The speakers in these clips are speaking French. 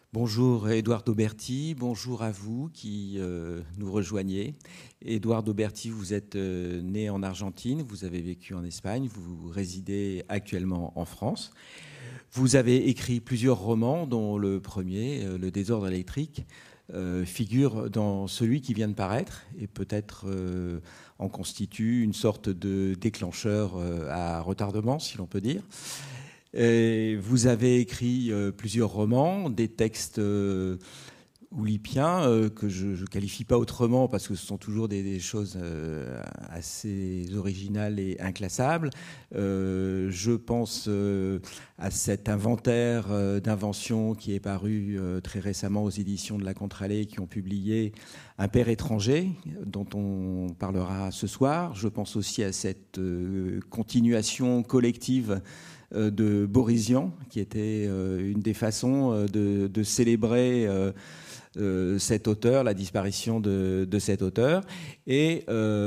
Bonjour Édouard Dauberti, bonjour à vous qui nous rejoignez. Édouard Dauberti, vous êtes né en Argentine, vous avez vécu en Espagne, vous résidez actuellement en France. Vous avez écrit plusieurs romans, dont le premier, Le désordre électrique, figure dans celui qui vient de paraître et peut-être en constitue une sorte de déclencheur à retardement, si l'on peut dire. Et vous avez écrit plusieurs romans, des textes oulipiens que je ne qualifie pas autrement parce que ce sont toujours des choses assez originales et inclassables. Je pense à cet inventaire d'inventions qui est paru très récemment aux éditions de la Contralée qui ont publié Un père étranger dont on parlera ce soir. Je pense aussi à cette continuation collective de Boris-Vian, qui était une des façons de célébrer cet auteur, la disparition de cet auteur. Et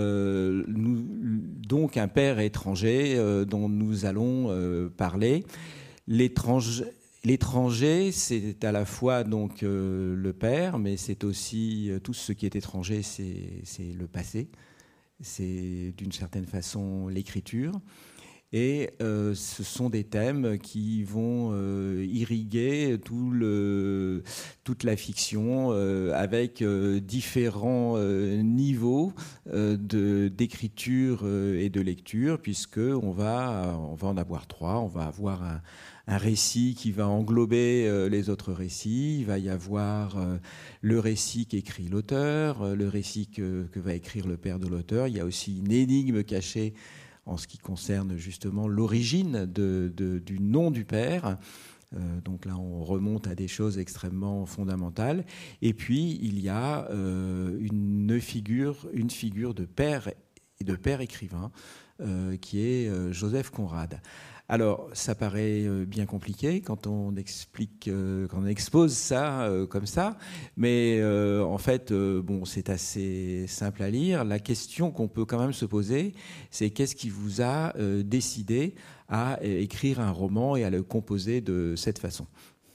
donc un père étranger dont nous allons parler. L'étranger, c'est à la fois donc le père, mais c'est aussi tout ce qui est étranger, c'est le passé. C'est d'une certaine façon l'écriture. Et ce sont des thèmes qui vont irriguer toute la fiction avec différents niveaux d'écriture et de lecture, puisqu'on va en avoir trois. On va avoir un récit qui va englober les autres récits. Il va y avoir le récit qu'écrit l'auteur, le récit que va écrire le père de l'auteur. Il y a aussi une énigme cachée en ce qui concerne justement l'origine du nom du père. Donc là, on remonte à des choses extrêmement fondamentales. Et puis, il y a une figure de père et de père écrivain qui est Joseph Conrad. Alors, ça paraît bien compliqué quand on explique, quand on expose ça comme ça, mais en fait, bon, c'est assez simple à lire. La question qu'on peut quand même se poser, c'est qu'est-ce qui vous a décidé à écrire un roman et à le composer de cette façon?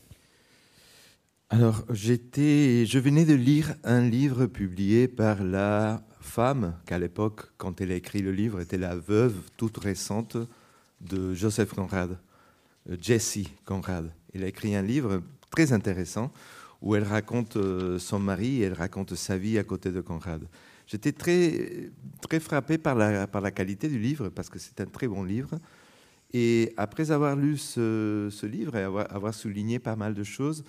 Alors, je venais de lire un livre publié par la femme qu'à l'époque, quand elle a écrit le livre, était la veuve toute récente de Joseph Conrad, Jessie Conrad. Elle a écrit un livre très intéressant où elle raconte son mari et elle raconte sa vie à côté de Conrad. J'étais très, très frappé par la qualité du livre parce que c'est un très bon livre. Et après avoir lu ce livre et avoir souligné pas mal de choses,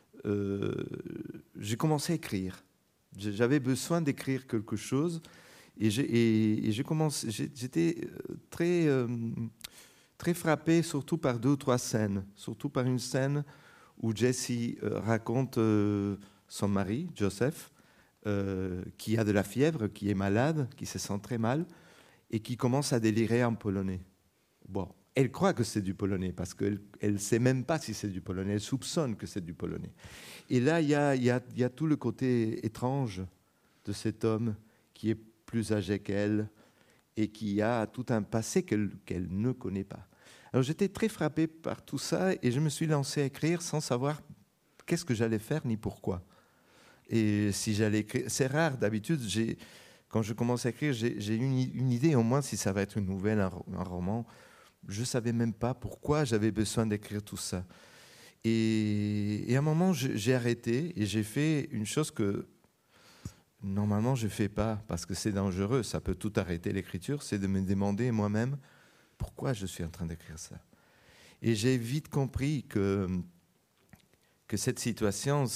j'ai commencé à écrire. J'avais besoin d'écrire quelque chose et j'étais très, très frappé surtout par 2 ou 3 scènes, surtout par une scène où Jessie raconte son mari, Joseph, qui a de la fièvre, qui est malade, qui se sent très mal et qui commence à délirer en polonais. Bon, elle croit que c'est du polonais parce qu'elle ne sait même pas si c'est du polonais, elle soupçonne que c'est du polonais. Et là, il y a tout le côté étrange de cet homme qui est plus âgé qu'elle et qui a tout un passé qu'elle ne connaît pas. Alors j'étais très frappé par tout ça et je me suis lancé à écrire sans savoir qu'est-ce que j'allais faire ni pourquoi. Et si j'allais écrire, c'est rare d'habitude, quand je commence à écrire, j'ai une idée au moins si ça va être une nouvelle, un roman. Je ne savais même pas pourquoi j'avais besoin d'écrire tout ça. Et à un moment, j'ai arrêté et j'ai fait une chose que normalement je ne fais pas parce que c'est dangereux, ça peut tout arrêter l'écriture, c'est de me demander moi-même pourquoi je suis en train d'écrire ça. Et j'ai vite compris que cette situation,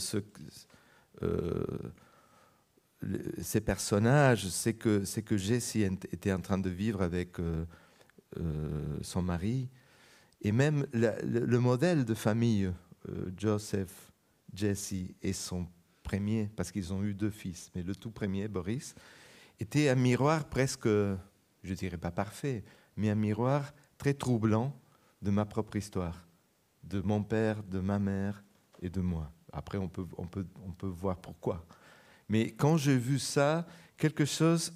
ces personnages, c'est que Jessie était en train de vivre avec son mari, et même le modèle de famille, Joseph, Jessie et son premier, parce qu'ils ont eu 2 fils, mais le tout premier, Boris, était un miroir presque, je dirais pas parfait, mais un miroir très troublant de ma propre histoire, de mon père, de ma mère et de moi. Après, on peut voir pourquoi. Mais quand j'ai vu ça, quelque chose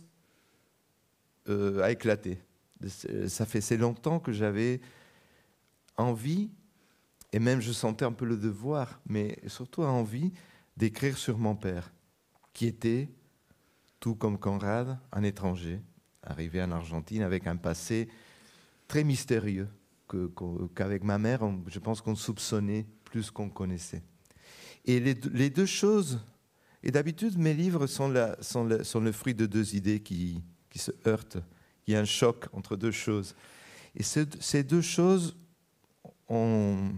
a éclaté. Ça fait assez longtemps que j'avais envie Et même, je sentais un peu le devoir, mais surtout envie d'écrire sur mon père, qui était, tout comme Conrad, un étranger, arrivé en Argentine avec un passé très mystérieux, qu'avec ma mère, je pense qu'on soupçonnait plus qu'on connaissait. Et les deux choses, et d'habitude, mes livres sont le fruit de deux idées qui se heurtent. Il y a un choc entre deux choses. Et ces deux choses ont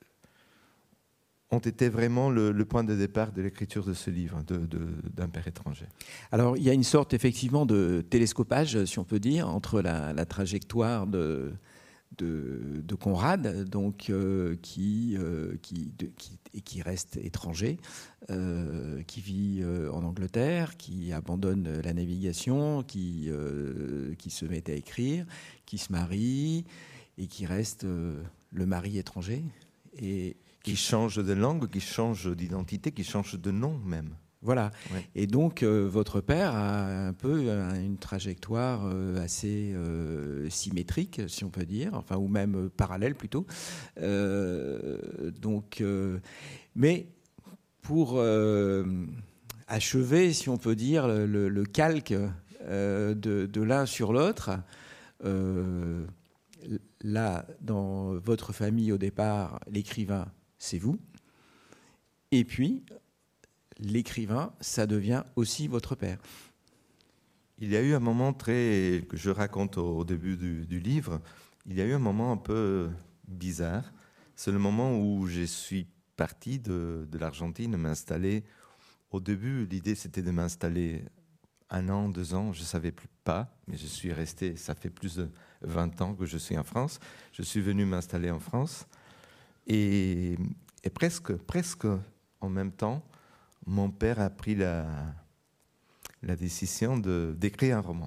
été vraiment le point de départ de l'écriture de ce livre, d'un père étranger. Alors, il y a une sorte effectivement de télescopage, si on peut dire, entre la trajectoire de Conrad, donc, qui reste étranger, qui vit en Angleterre, qui abandonne la navigation, qui se met à écrire, qui se marie et qui reste le mari étranger. Et qui change de langue, qui change d'identité, qui change de nom même. Voilà. Ouais. Et donc, votre père a un peu une trajectoire assez symétrique, si on peut dire, enfin, ou même parallèle plutôt. Mais pour achever, si on peut dire, le calque de l'un sur l'autre, là, dans votre famille, au départ, l'écrivain, c'est vous. Et puis, l'écrivain, ça devient aussi votre père. Il y a eu un moment que je raconte au début du livre, il y a eu un moment un peu bizarre. C'est le moment où je suis parti de l'Argentine, m'installer. Au début, l'idée, c'était de m'installer 1 an, 2 ans, je ne savais pas, mais je suis resté, ça fait plus de 20 ans que je suis en France. Je suis venu m'installer en France. Et presque en même temps, mon père a pris la décision d'écrire un roman.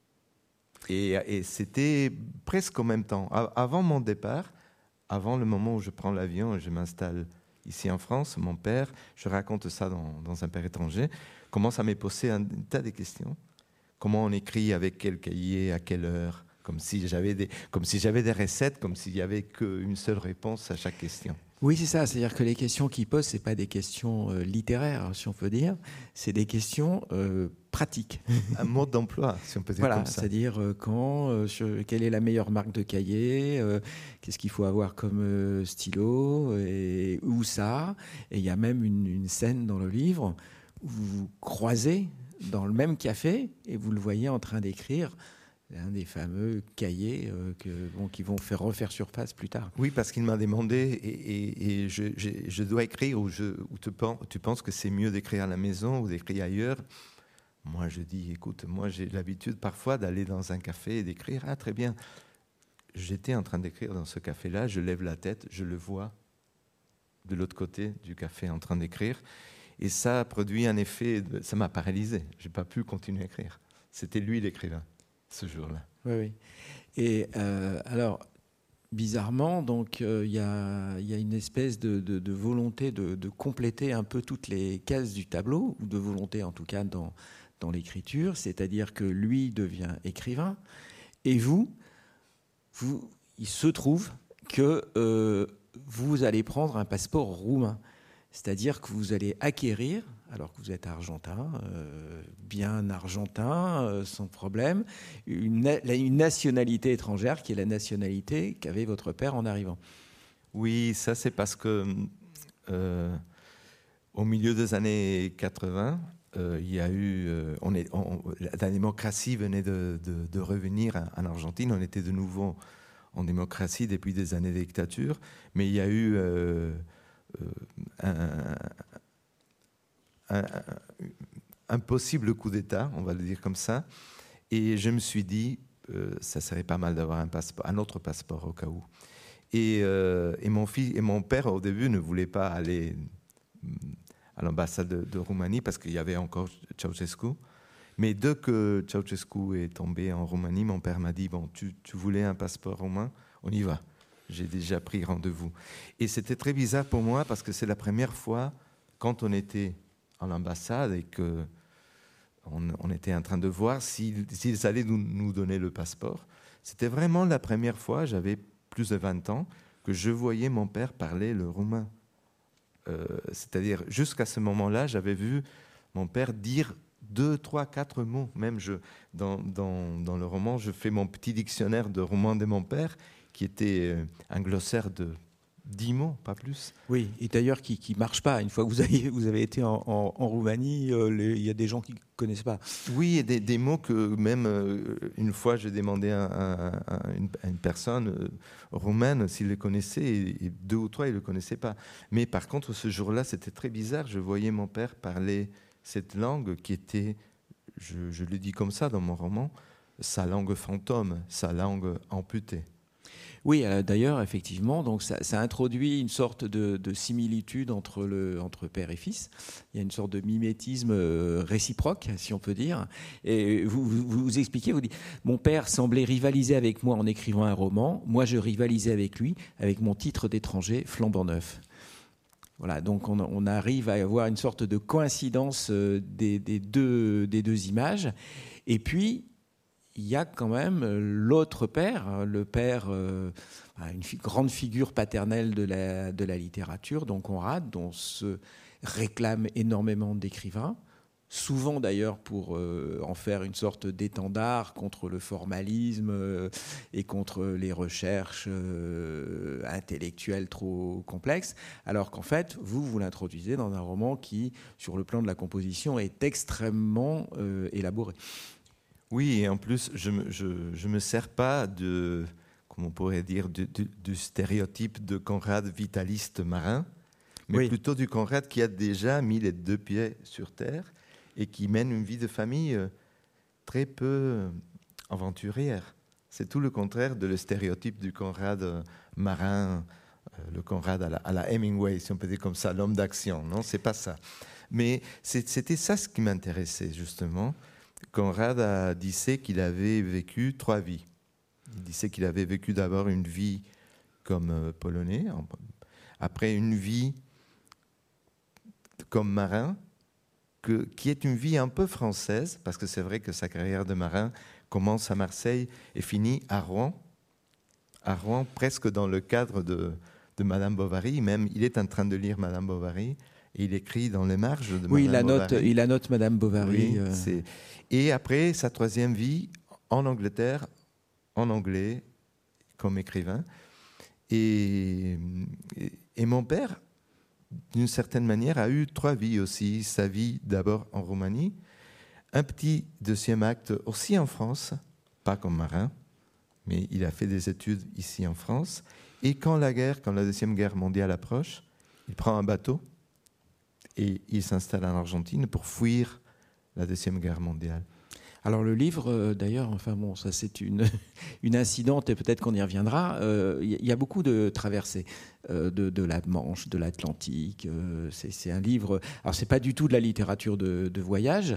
Et c'était presque en même temps. Avant mon départ, avant le moment où je prends l'avion et je m'installe ici en France, mon père, je raconte ça dans un père étranger, commence à me poser un tas de questions. Comment on écrit, avec quel cahier, à quelle heure, comme si j'avais des recettes, comme s'il n'y avait qu'une seule réponse à chaque question. Oui, c'est ça. C'est-à-dire que les questions qu'il pose, ce n'est pas des questions littéraires, si on peut dire. C'est des questions pratiques. Un mode d'emploi, si on peut dire comme ça. C'est-à-dire quelle est la meilleure marque de cahier, qu'est-ce qu'il faut avoir comme stylo, et où ça. Et il y a même une scène dans le livre où vous vous croisez dans le même café et vous le voyez en train d'écrire un des fameux cahiers qui vont refaire surface plus tard. Oui, parce qu'il m'a demandé, et je dois écrire, ou tu penses que c'est mieux d'écrire à la maison ou d'écrire ailleurs? Moi, je dis, écoute, moi j'ai l'habitude parfois d'aller dans un café et d'écrire. Ah, très bien. J'étais en train d'écrire dans ce café-là, je lève la tête, je le vois de l'autre côté du café en train d'écrire. Et ça a produit un effet, ça m'a paralysé. Je n'ai pas pu continuer à écrire. C'était lui l'écrivain, ce jour-là. Oui. Et alors, bizarrement, donc il y a une espèce de volonté de compléter un peu toutes les cases du tableau, ou de volonté en tout cas dans l'écriture, c'est-à-dire que lui devient écrivain, et vous il se trouve que vous allez prendre un passeport roumain. C'est-à-dire que vous allez acquérir, alors que vous êtes argentin, bien argentin, sans problème, une nationalité étrangère qui est la nationalité qu'avait votre père en arrivant. Oui, ça c'est parce que au milieu des années 80, il y a eu, la démocratie venait de revenir en Argentine. On était de nouveau en démocratie depuis des années de dictature, mais il y a eu un possible coup d'État, on va le dire comme ça, et je me suis dit, ça serait pas mal d'avoir un autre passeport au cas où. Et mon père au début ne voulait pas aller à l'ambassade de Roumanie parce qu'il y avait encore Ceausescu. Mais dès que Ceausescu est tombé en Roumanie, mon père m'a dit, bon, tu voulais un passeport roumain, on y va. J'ai déjà pris rendez-vous. Et c'était très bizarre pour moi parce que c'est la première fois, quand on était à l'ambassade et qu'on était en train de voir s'ils allaient nous donner le passeport, c'était vraiment la première fois, j'avais plus de 20 ans, que je voyais mon père parler le roumain. C'est-à-dire, jusqu'à ce moment-là, j'avais vu mon père dire 2, 3, 4 mots. Même dans le roman, je fais mon petit dictionnaire de roumain de mon père, qui était un glossaire de 10 mots, pas plus. Oui, et d'ailleurs qui ne marche pas. Une fois que vous avez été en Roumanie, il y a des gens qui ne connaissent pas. Oui, et des mots que même une fois, j'ai demandé à une personne roumaine s'il les connaissait, et 2 ou 3, ils ne le connaissaient pas. Mais par contre, ce jour-là, c'était très bizarre. Je voyais mon père parler cette langue qui était, je le dis comme ça dans mon roman, sa langue fantôme, sa langue amputée. Oui, d'ailleurs, effectivement, donc ça introduit une sorte de similitude entre père et fils. Il y a une sorte de mimétisme réciproque, si on peut dire. Et vous expliquez, vous dites, mon père semblait rivaliser avec moi en écrivant un roman. Moi, je rivalisais avec lui, avec mon titre d'étranger flambant neuf. Voilà, donc on arrive à avoir une sorte de coïncidence des deux images. Et puis, il y a quand même l'autre père, le père, une grande figure paternelle de la littérature, donc Conrad, dont se réclament énormément d'écrivains, souvent d'ailleurs pour en faire une sorte d'étendard contre le formalisme et contre les recherches intellectuelles trop complexes, alors qu'en fait, vous l'introduisez dans un roman qui, sur le plan de la composition, est extrêmement élaboré. Oui, et en plus, je me sers pas de, comment on pourrait dire, du stéréotype de Conrad vitaliste marin, mais plutôt du Conrad qui a déjà mis les 2 pieds sur terre et qui mène une vie de famille très peu aventurière. C'est tout le contraire de le stéréotype du Conrad marin, le Conrad à la Hemingway, si on peut dire comme ça, l'homme d'action. Non, c'est pas ça. Mais c'était ça ce qui m'intéressait justement. Conrad disait qu'il avait vécu 3 vies. Il disait qu'il avait vécu d'abord une vie comme Polonais, après une vie comme marin, qui est une vie un peu française, parce que c'est vrai que sa carrière de marin commence à Marseille et finit à Rouen, presque dans le cadre de Madame Bovary. Même, il est en train de lire Madame Bovary, et il écrit dans les marges de Madame Bovary. Il annote Madame Bovary. Oui, et après, sa 3e vie, en Angleterre, en anglais, comme écrivain. Et mon père, d'une certaine manière, a eu 3 vies aussi. Sa vie d'abord en Roumanie, un petit 2e acte aussi en France, pas comme marin, mais il a fait des études ici en France. Et quand la 2e guerre mondiale approche, il prend un bateau et il s'installe en Argentine pour fuir la 2e guerre mondiale. Alors le livre, d'ailleurs, enfin bon, ça c'est une incidente et peut-être qu'on y reviendra. Il y a beaucoup de traversées de la Manche, de l'Atlantique. C'est un livre. Alors c'est pas du tout de la littérature de voyage.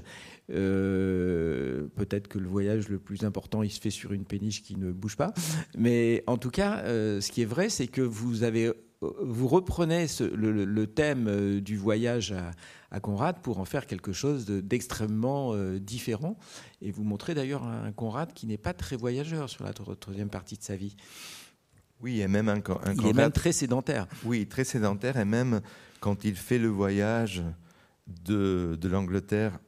Peut-être que le voyage le plus important, il se fait sur une péniche qui ne bouge pas. Mais en tout cas, ce qui est vrai, c'est que vous reprenez le thème du voyage à Conrad pour en faire quelque chose d'extrêmement différent. Et vous montrez d'ailleurs un Conrad qui n'est pas très voyageur sur la 3e partie de sa vie. Oui, et même il est même très sédentaire. Oui, très sédentaire. Et même quand il fait le voyage de l'Angleterre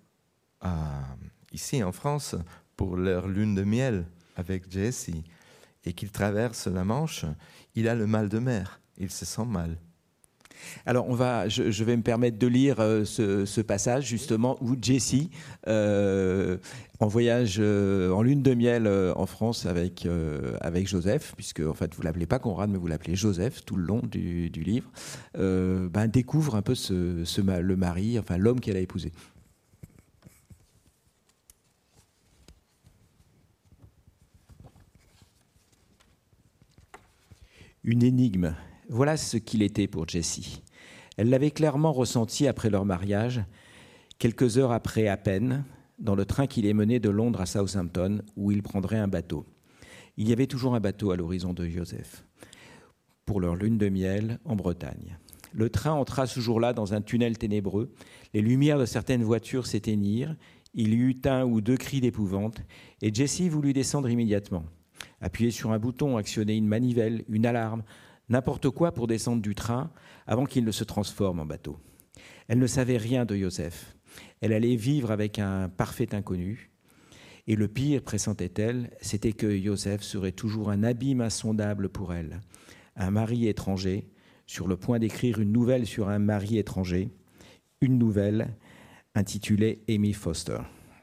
ici en France pour leur lune de miel avec Jessie et qu'il traverse la Manche, il a le mal de mer. Il se sent mal. Alors, je vais me permettre de lire ce passage, justement, où Jessie, en voyage en lune de miel en France avec Joseph, puisque en fait, vous ne l'appelez pas Conrad, mais vous l'appelez Joseph tout le long du livre, découvre un peu le mari, enfin l'homme qu'elle a épousé. Une énigme. Voilà ce qu'il était pour Jessie. Elle l'avait clairement ressenti après leur mariage, quelques heures après à peine, dans le train qui les menait de Londres à Southampton, où ils prendraient un bateau. Il y avait toujours un bateau à l'horizon de Joseph, pour leur lune de miel en Bretagne. Le train entra ce jour-là dans un tunnel ténébreux. Les lumières de certaines voitures s'éteignirent. Il y eut 1 ou 2 cris d'épouvante, et Jessie voulut descendre immédiatement. Appuyer sur un bouton, actionner une manivelle, une alarme, N'importe quoi pour descendre du train avant qu'il ne se transforme en bateau. Elle ne savait rien de Joseph. Elle allait vivre avec un parfait inconnu. Et le pire, pressentait-elle, c'était que Joseph serait toujours un abîme insondable pour elle. Un mari étranger, sur le point d'écrire une nouvelle sur un mari étranger, une nouvelle intitulée Amy Foster.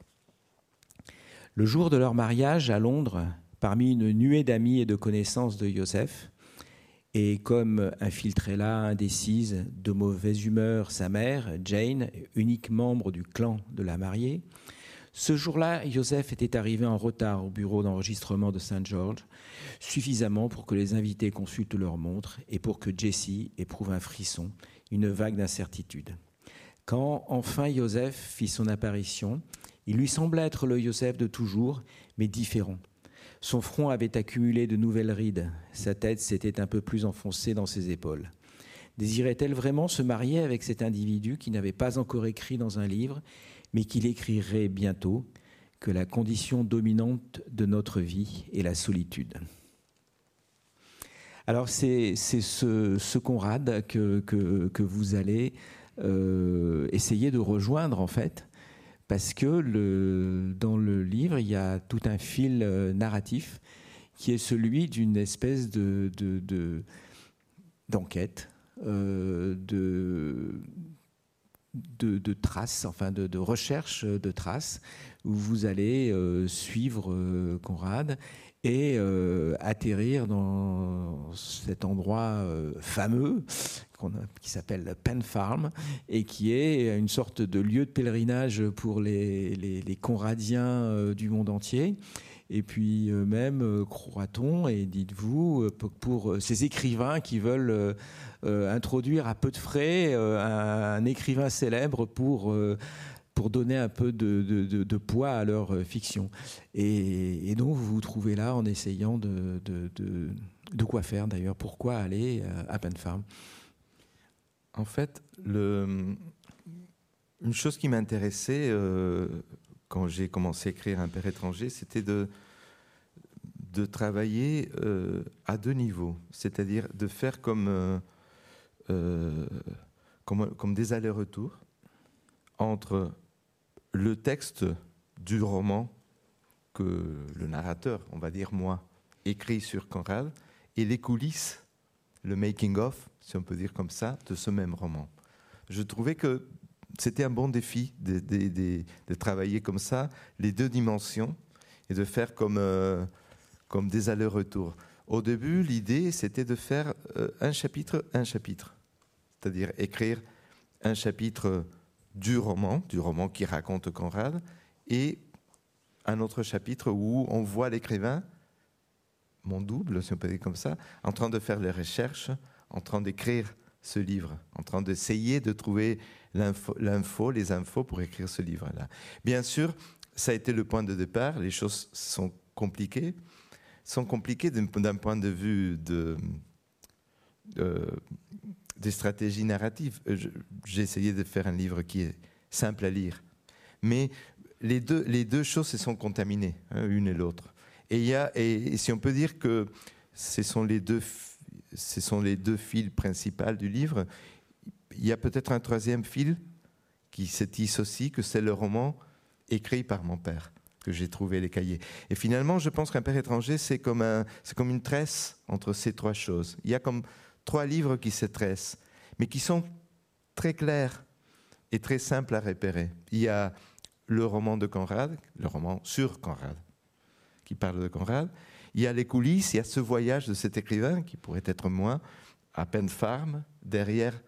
Le jour de leur mariage à Londres, parmi une nuée d'amis et de connaissances de Joseph, et comme infiltrée là, indécise, de mauvaise humeur, sa mère, Jane, unique membre du clan de la mariée, ce jour-là, Joseph était arrivé en retard au bureau d'enregistrement de St. George, suffisamment pour que les invités consultent leur montre et pour que Jessie éprouve un frisson, une vague d'incertitude. Quand enfin Joseph fit son apparition, il lui semblait être le Joseph de toujours, mais différent. Son front avait accumulé de nouvelles rides, sa tête s'était un peu plus enfoncée dans ses épaules. Désirait-elle vraiment se marier avec cet individu qui n'avait pas encore écrit dans un livre, mais qu'il écrirait bientôt que la condition dominante de notre vie est la solitude. Alors c'est ce Conrad que vous allez essayer de rejoindre en fait, parce que dans le livre, il y a tout un fil narratif qui est celui d'une espèce d'enquête, de traces, enfin de recherche de traces, où vous allez suivre Conrad et atterrir dans cet endroit fameux qui s'appelle Penn Farm et qui est une sorte de lieu de pèlerinage pour les Conradiens du monde entier. Et puis même, croit-on, et dites-vous, pour ces écrivains qui veulent introduire à peu de frais un écrivain célèbre pour donner un peu de poids à leur fiction. Et donc vous vous trouvez là en essayant de quoi faire d'ailleurs. Pourquoi aller à Penn Farm ? En fait, une chose qui m'intéressait quand j'ai commencé à écrire Un père étranger, c'était de travailler à deux niveaux, c'est-à-dire de faire comme des allers-retours entre le texte du roman que le narrateur, on va dire moi, écrit sur Conrad, et les coulisses, le making-of, si on peut dire comme ça, de ce même roman. Je trouvais que c'était un bon défi de travailler comme ça, les deux dimensions, et de faire comme des allers-retours. Au début, l'idée, c'était de faire un chapitre, c'est-à-dire écrire un chapitre du roman qui raconte Conrad, et un autre chapitre où on voit l'écrivain, mon double, si on peut dire comme ça, en train de faire les recherches, en train d'écrire ce livre, en train d'essayer de trouver les infos pour écrire ce livre-là. Bien sûr, ça a été le point de départ, les choses sont compliquées d'un point de vue des stratégies narratives. J'ai essayé de faire un livre qui est simple à lire, mais les deux choses se sont contaminées, une et l'autre. Et si on peut dire que ce sont les deux fils principaux du livre, il y a peut-être un troisième fil qui se tisse aussi, que c'est le roman écrit par mon père, que j'ai trouvé les cahiers. Et finalement, je pense qu'un père étranger, c'est comme une tresse entre ces trois choses. Il y a comme trois livres qui se tressent, mais qui sont très clairs et très simples à repérer. Il y a le roman de Conrad, le roman sur Conrad, qui parle de Conrad. Il y a les coulisses, il y a ce voyage de cet écrivain, qui pourrait être moi, à Penn Farm, derrière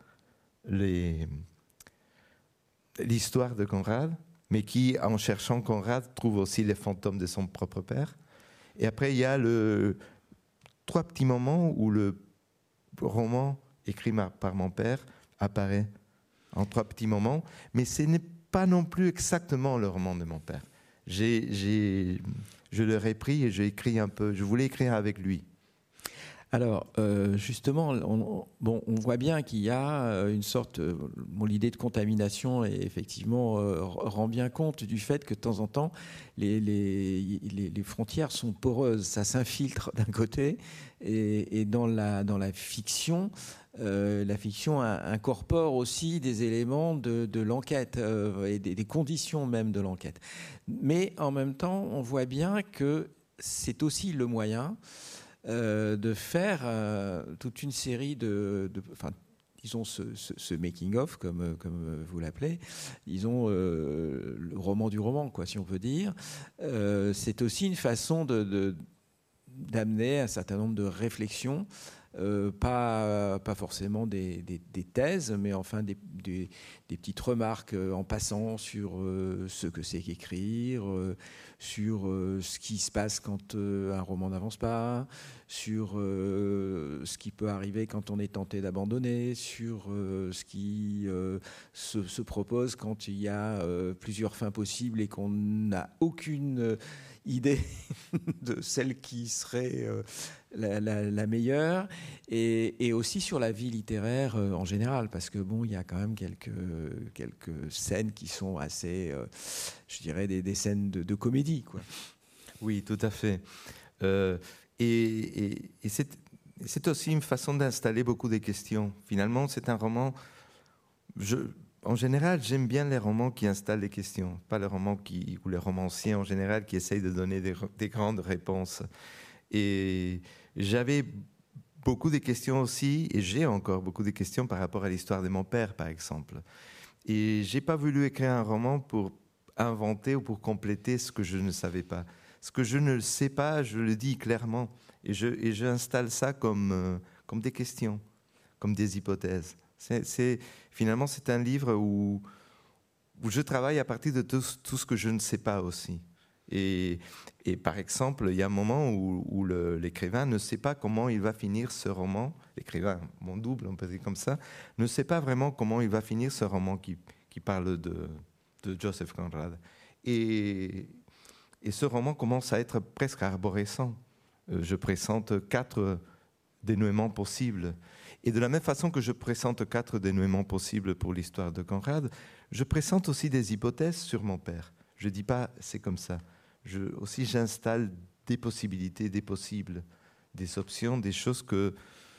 l'histoire de Conrad, mais qui, en cherchant Conrad, trouve aussi les fantômes de son propre père. Et après, il y a trois petits moments où le roman écrit par mon père apparaît en trois petits moments, mais ce n'est pas non plus exactement le roman de mon père. Je l'ai repris et j'ai écrit un peu. Je voulais écrire avec lui. Alors, justement, on voit bien qu'il y a une sorte... l'idée de contamination, effectivement, rend bien compte du fait que de temps en temps, les frontières sont poreuses. Ça s'infiltre d'un côté, et dans la fiction, incorpore aussi des éléments de l'enquête, et des conditions même de l'enquête. Mais en même temps, on voit bien que c'est aussi le moyen de faire toute une série disons ce making-of, comme vous l'appelez, disons le roman du roman, quoi, si on peut dire. C'est aussi une façon d'amener un certain nombre de réflexions, pas forcément des thèses, mais enfin des petites remarques en passant sur ce que c'est qu'écrire, sur ce qui se passe quand un roman n'avance pas, sur ce qui peut arriver quand on est tenté d'abandonner, sur ce qui se propose quand il y a plusieurs fins possibles et qu'on n'a aucune idée de celle qui serait la meilleure, et aussi sur la vie littéraire en général, parce que bon, il y a quand même quelques scènes qui sont assez, je dirais, des scènes de comédie, quoi. Oui, tout à fait. Et c'est aussi une façon d'installer beaucoup de questions. Finalement, c'est un roman... En général, j'aime bien les romans qui installent des questions, pas les romans ou les romanciers en général qui essayent de donner des grandes réponses. Et j'avais beaucoup de questions aussi, et j'ai encore beaucoup de questions par rapport à l'histoire de mon père, par exemple. Et j'ai pas voulu écrire un roman pour inventer ou pour compléter ce que je ne savais pas. Ce que je ne sais pas, je le dis clairement, et j'installe ça comme des questions, comme des hypothèses. Finalement, c'est un livre où je travaille à partir de tout ce que je ne sais pas aussi. Et par exemple, il y a un moment où l'écrivain ne sait pas comment il va finir ce roman. L'écrivain, mon double, on peut dire comme ça, ne sait pas vraiment comment il va finir ce roman qui parle de Joseph Conrad. Et ce roman commence à être presque arborescent. Je pressente 4 dénouements possibles. Et de la même façon que je pressente 4 dénouements possibles pour l'histoire de Conrad, je pressente aussi des hypothèses sur mon père. Je ne dis pas c'est comme ça. J'installe des possibilités, des possibles, des options, des choses que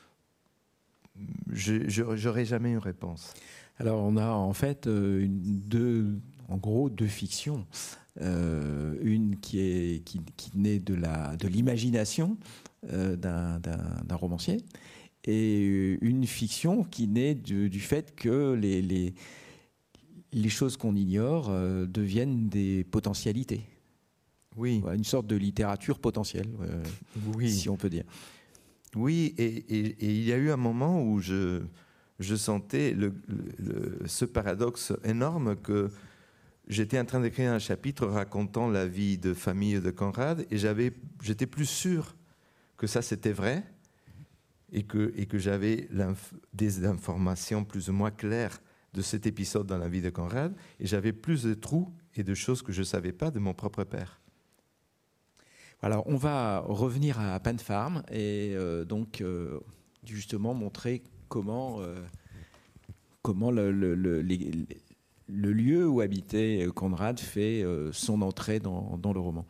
je n'aurais jamais une réponse. Alors on a en fait en gros deux fictions. Une qui naît de l'imagination d'un romancier, et une fiction qui naît du fait que les choses qu'on ignore deviennent des potentialités. Oui. Une sorte de littérature potentielle, oui. Si on peut dire. Oui, et il y a eu un moment où je sentais ce paradoxe énorme que j'étais en train d'écrire un chapitre racontant la vie de famille de Conrad, et j'étais plus sûr que ça c'était vrai, et que j'avais des informations plus ou moins claires de cet épisode dans la vie de Conrad, et j'avais plus de trous et de choses que je ne savais pas de mon propre père. Alors, on va revenir à Pan Farm et justement montrer comment le lieu où habitait Conrad fait son entrée dans le roman.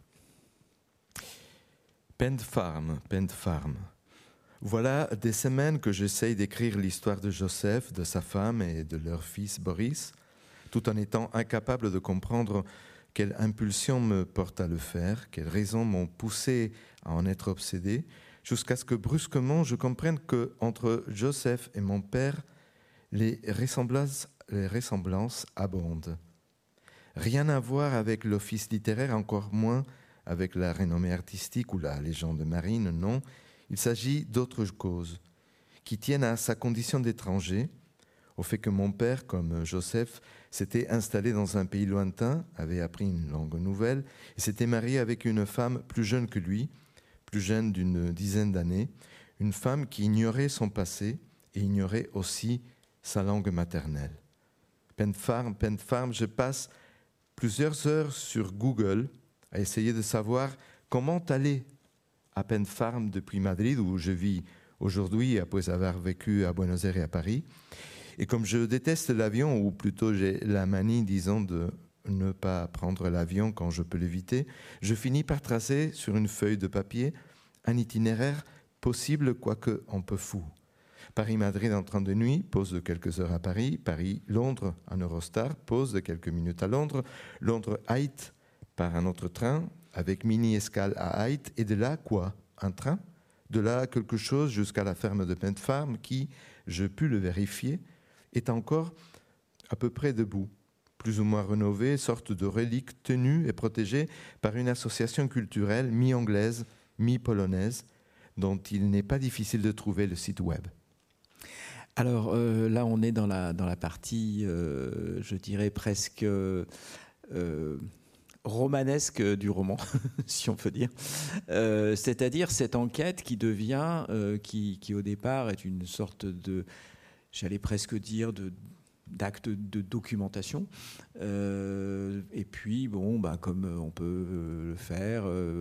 Pan Farm. Voilà des semaines que j'essaye d'écrire l'histoire de Joseph, de sa femme et de leur fils Boris, tout en étant incapable de comprendre quelle impulsion me porte à le faire, quelles raisons m'ont poussé à en être obsédé, jusqu'à ce que brusquement je comprenne qu'entre Joseph et mon père, les ressemblances abondent. Rien à voir avec l'office littéraire, encore moins avec la renommée artistique ou la légende marine, non. Il s'agit d'autres causes, qui tiennent à sa condition d'étranger, au fait que mon père, comme Joseph, s'était installé dans un pays lointain, avait appris une langue nouvelle et s'était marié avec une femme plus jeune que lui, plus jeune d'une dizaine d'années, une femme qui ignorait son passé et ignorait aussi sa langue maternelle. Pan Farm, je passe plusieurs heures sur Google à essayer de savoir comment aller à Penn Farm depuis Madrid, où je vis aujourd'hui, après avoir vécu à Buenos Aires et à Paris. Et comme je déteste l'avion, ou plutôt j'ai la manie, disons, de ne pas prendre l'avion quand je peux l'éviter, je finis par tracer sur une feuille de papier un itinéraire possible, quoique un peu fou. Paris-Madrid en train de nuit, pause de quelques heures à Paris. Paris-Londres en Eurostar, pause de quelques minutes à Londres. Londres-Haït par un autre train, avec mini-escale à Haït. Et de là, quoi? Un train? De là, quelque chose jusqu'à la ferme de Penn Farm qui, je pus le vérifier, est encore à peu près debout, plus ou moins rénovée, sorte de relique tenue et protégée par une association culturelle mi-anglaise, mi-polonaise, dont il n'est pas difficile de trouver le site web. Alors là, on est dans la partie, je dirais presque romanesque du roman, si on peut dire. C'est-à-dire cette enquête qui devient, qui au départ est une sorte de, j'allais presque dire, d'acte de documentation. Et puis, bon, comme on peut le faire,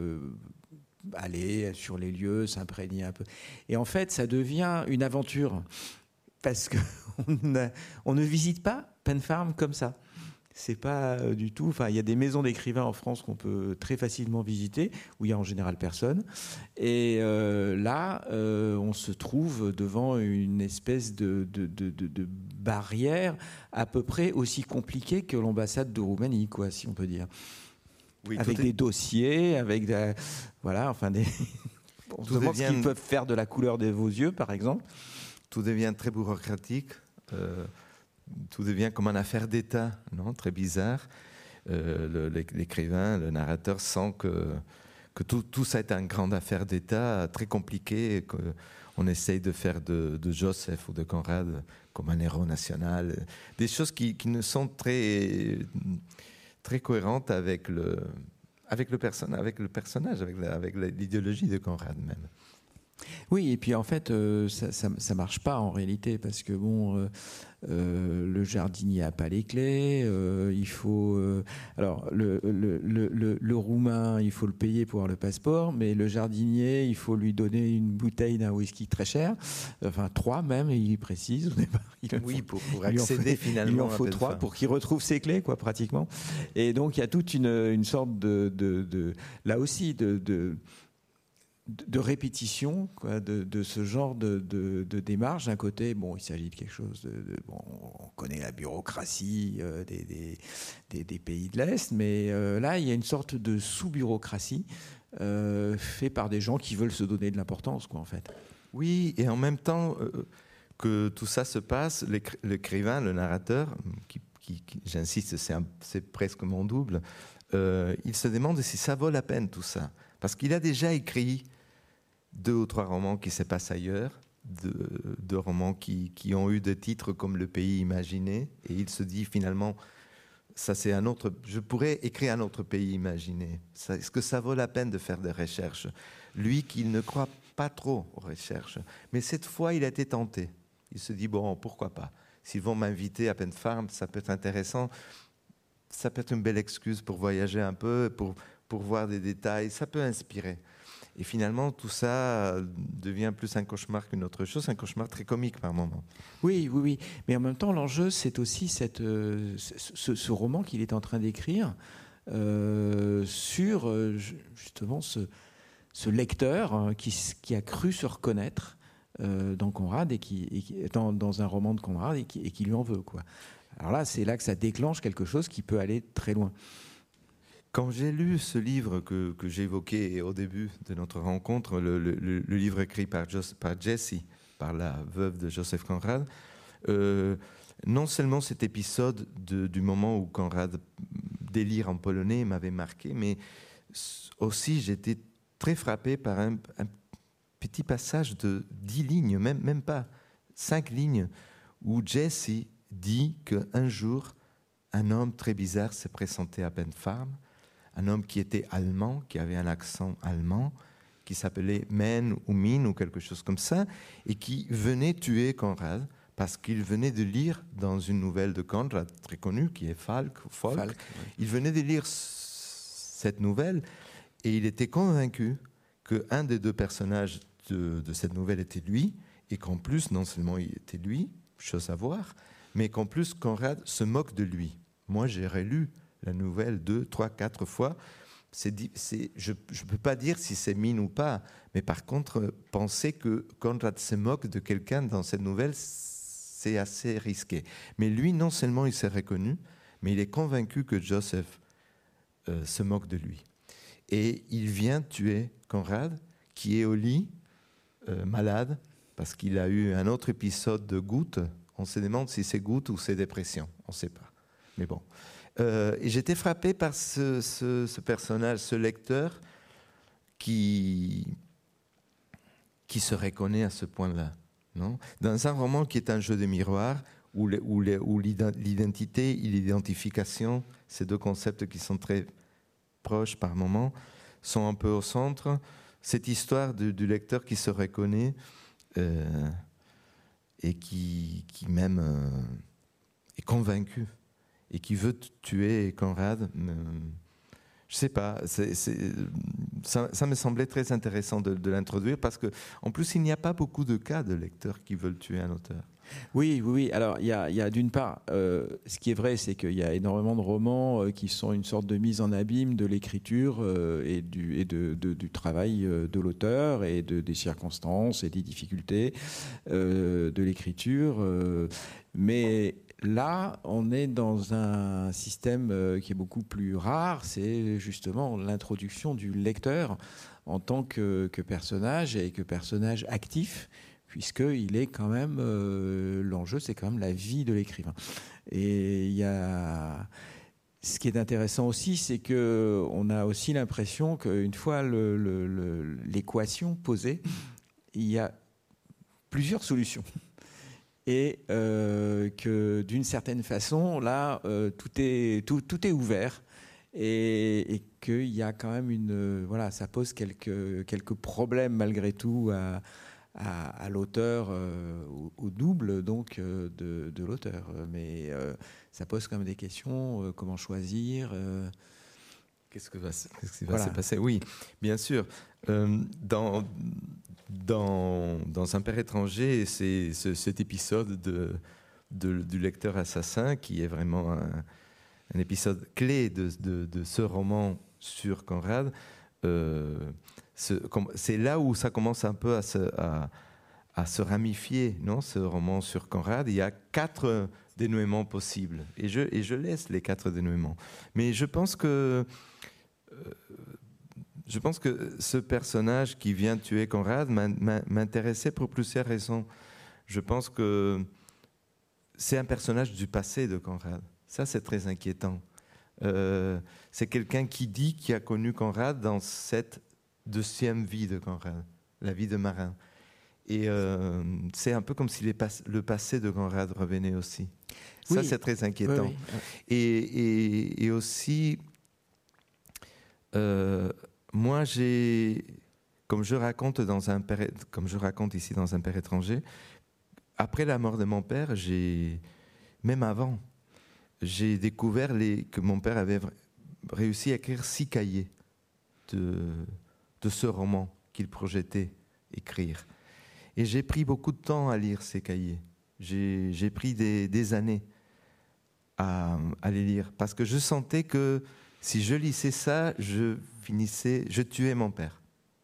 aller sur les lieux, s'imprégner un peu. Et en fait, ça devient une aventure. Parce qu'on ne visite pas Penn Farm comme ça. C'est pas du tout. Enfin, il y a des maisons d'écrivains en France qu'on peut très facilement visiter, où il y a en général personne. Et là, on se trouve devant une espèce de barrière à peu près aussi compliquée que l'ambassade de Roumanie, quoi, si on peut dire. Oui, avec des dossiers, avec voilà, enfin des. On se demande ce qu'ils peuvent faire de la couleur de vos yeux, par exemple. Tout devient très bureaucratique, tout devient comme une affaire d'État, non? Très bizarre. L'écrivain, le narrateur sent que tout ça est une grande affaire d'État, très compliquée, qu'on essaye de faire de Joseph ou de Conrad comme un héros national. Des choses qui ne sont très, très cohérentes avec le personnage, avec l'idéologie de Conrad même. Oui, et puis en fait, ça marche pas en réalité, parce que bon, le jardinier a pas les clés, il faut... alors, le Roumain, il faut le payer pour avoir le passeport, mais le jardinier, il faut lui donner une bouteille d'un whisky très cher, enfin 3 même, il précise au départ. Oui, pour accéder finalement. Il en faut 3 pour qu'il retrouve ses clés, quoi, pratiquement. Et donc, il y a toute une sorte là aussi, de répétition, quoi, de ce genre de démarche. D'un côté, bon, il s'agit de quelque chose bon, on connaît la bureaucratie des pays de l'Est, mais là, il y a une sorte de sous-bureaucratie fait par des gens qui veulent se donner de l'importance, quoi, en fait. Oui, et en même temps que tout ça se passe, l'écrivain, le narrateur, qui j'insiste, c'est presque mon double, il se demande si ça vaut la peine tout ça. Parce qu'il a déjà écrit 2 ou 3 romans qui se passent ailleurs, 2 romans qui ont eu des titres comme Le Pays Imaginé, et il se dit finalement, ça c'est un autre, je pourrais écrire un autre pays imaginé. Est-ce que ça vaut la peine de faire des recherches? Lui qui ne croit pas trop aux recherches, mais cette fois il a été tenté. Il se dit, bon, pourquoi pas? S'ils vont m'inviter à Penn Farm, ça peut être intéressant, ça peut être une belle excuse pour voyager un peu, pour voir des détails, ça peut inspirer. Et finalement, tout ça devient plus un cauchemar qu'une autre chose, un cauchemar très comique par moments. Oui. Mais en même temps, l'enjeu, c'est aussi ce roman qu'il est en train d'écrire sur justement ce lecteur qui a cru se reconnaître dans Conrad et dans un roman de Conrad et qui lui en veut, quoi. Alors là, c'est là que ça déclenche quelque chose qui peut aller très loin. Quand j'ai lu ce livre que j'ai évoqué au début de notre rencontre, le livre écrit par Jessie, par la veuve de Joseph Conrad, non seulement cet épisode du moment où Conrad délire en polonais m'avait marqué, mais aussi j'étais très frappé par un petit passage de 10 lignes, même pas 5 lignes, où Jessie dit qu'un jour, un homme très bizarre s'est présenté à Penn Farm, un homme qui était allemand, qui avait un accent allemand, qui s'appelait Men ou Min ou quelque chose comme ça, et qui venait tuer Conrad parce qu'il venait de lire dans une nouvelle de Conrad très connue, qui est Falk. Il venait de lire cette nouvelle et il était convaincu qu'un des deux personnages de cette nouvelle était lui, et qu'en plus, non seulement il était lui, chose à voir, mais qu'en plus, Conrad se moque de lui. Moi, j'ai relu la nouvelle 2, 3, 4 fois. Je ne peux pas dire si c'est mine ou pas, mais par contre, penser que Conrad se moque de quelqu'un dans cette nouvelle, c'est assez risqué. Mais lui, non seulement il s'est reconnu, mais il est convaincu que Joseph se moque de lui. Et il vient tuer Conrad, qui est au lit, malade, parce qu'il a eu un autre épisode de goutte. On se demande si c'est goutte ou c'est dépression, on ne sait pas. Mais bon. Et j'étais frappé par ce personnage, ce lecteur qui se reconnaît à ce point-là. Non, dans un roman qui est un jeu de miroir, où l'identité et l'identification, ces deux concepts qui sont très proches par moments, sont un peu au centre. Cette histoire du lecteur qui se reconnaît et qui même est convaincu et qui veut tuer Conrad, je ne sais pas, ça me semblait très intéressant de l'introduire parce qu'en plus, il n'y a pas beaucoup de cas de lecteurs qui veulent tuer un auteur. Oui. Alors, il y a d'une part, ce qui est vrai, c'est qu'il y a énormément de romans qui sont une sorte de mise en abîme de l'écriture et du travail de l'auteur et des circonstances et des difficultés de l'écriture. Mais là, on est dans un système qui est beaucoup plus rare, c'est justement l'introduction du lecteur en tant que personnage et que personnage actif, puisqu'il est quand même, l'enjeu, c'est quand même la vie de l'écrivain. Et il y a... Ce qui est intéressant aussi, c'est qu'on a aussi l'impression qu'une fois l'équation posée, il y a plusieurs solutions. Et que d'une certaine façon, là, tout est ouvert et qu'il y a quand même voilà, ça pose quelques problèmes malgré tout à l'auteur, au double donc de l'auteur. Mais ça pose quand même des questions, comment choisir Qu'est-ce qui va se passer? Oui, bien sûr. Dans Un père étranger, c'est cet épisode du lecteur assassin qui est vraiment un épisode clé de ce roman sur Conrad. C'est là où ça commence un peu à se ramifier, non, ce roman sur Conrad. Il y a 4 dénouements possibles et je laisse les 4 dénouements. Mais je pense que ce personnage qui vient tuer Conrad m'intéressait pour plusieurs raisons. Je pense que c'est un personnage du passé de Conrad. Ça, c'est très inquiétant. C'est quelqu'un qui a connu Conrad dans cette deuxième vie de Conrad, la vie de marin. Et c'est un peu comme si le passé de Conrad revenait aussi. Ça, c'est très inquiétant. Oui. Et aussi... moi, comme je raconte ici dans Un père étranger, après la mort de mon père, même avant, j'ai découvert que mon père avait réussi à écrire 6 cahiers de ce roman qu'il projetait écrire. Et j'ai pris beaucoup de temps à lire ces cahiers. J'ai pris des années à les lire parce que je sentais que si je lisais ça, je tuais mon père.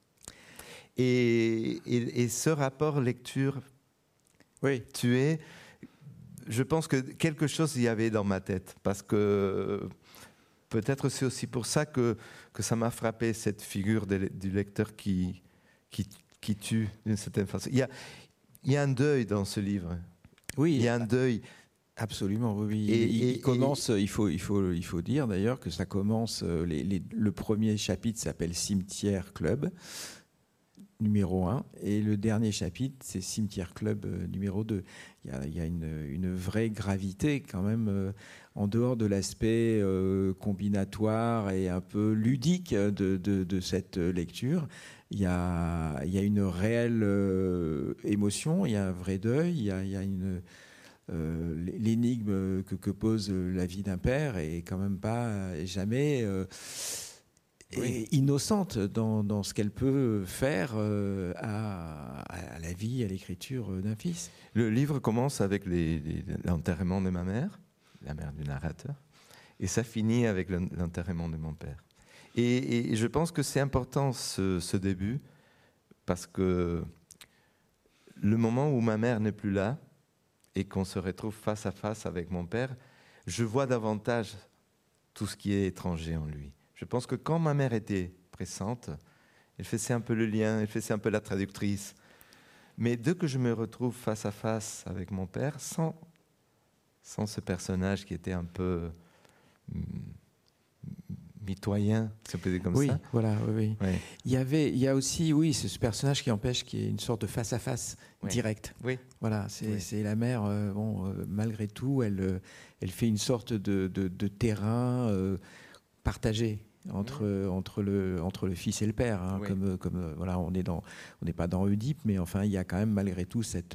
Et ce rapport lecture-tuer, je pense que quelque chose y avait dans ma tête. Parce que peut-être c'est aussi pour ça que ça m'a frappé, cette figure du lecteur qui tue d'une certaine façon. Il y a un deuil dans ce livre. Oui, il y a un deuil. Absolument, oui. Il commence, il faut dire d'ailleurs que ça commence, le premier chapitre s'appelle Cimetière Club, numéro 1, et le dernier chapitre, c'est Cimetière Club numéro 2. Il y a une vraie gravité quand même, en dehors de l'aspect combinatoire et un peu ludique de cette lecture. Il y a une réelle émotion, il y a un vrai deuil, il y a une... l'énigme que pose la vie d'un père est quand même pas jamais et innocente dans ce qu'elle peut faire à la vie, à l'écriture d'un fils. Le livre commence avec l'enterrement de ma mère, la mère du narrateur, et ça finit avec l'enterrement de mon père. Et je pense que c'est important ce début, parce que le moment où ma mère n'est plus là et qu'on se retrouve face à face avec mon père, je vois davantage tout ce qui est étranger en lui. Je pense que quand ma mère était présente, elle faisait un peu le lien, elle faisait un peu la traductrice. Mais dès que je me retrouve face à face avec mon père, sans ce personnage qui était un peu mitoyen, si on peut dire comme oui, ça. Voilà, oui. Oui. Il y a aussi, oui, ce personnage qui empêche qu'il y ait une sorte de face-à-face direct. Oui. Voilà, c'est la mère, malgré tout, elle fait une sorte de terrain partagé entre le fils et le père. Hein, oui. comme voilà, on n'est pas dans Oedipe, mais enfin, il y a quand même malgré tout cette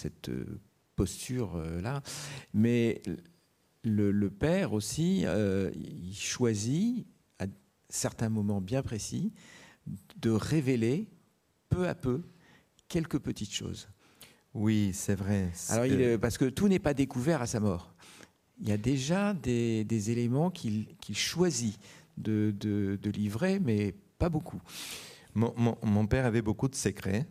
posture là. Mais le père aussi, il choisit à certains moments bien précis de révéler peu à peu quelques petites choses. Oui, c'est vrai. Alors, parce que tout n'est pas découvert à sa mort. Il y a déjà des éléments qu'il choisit de livrer, mais pas beaucoup. Mon père avait beaucoup de secrets.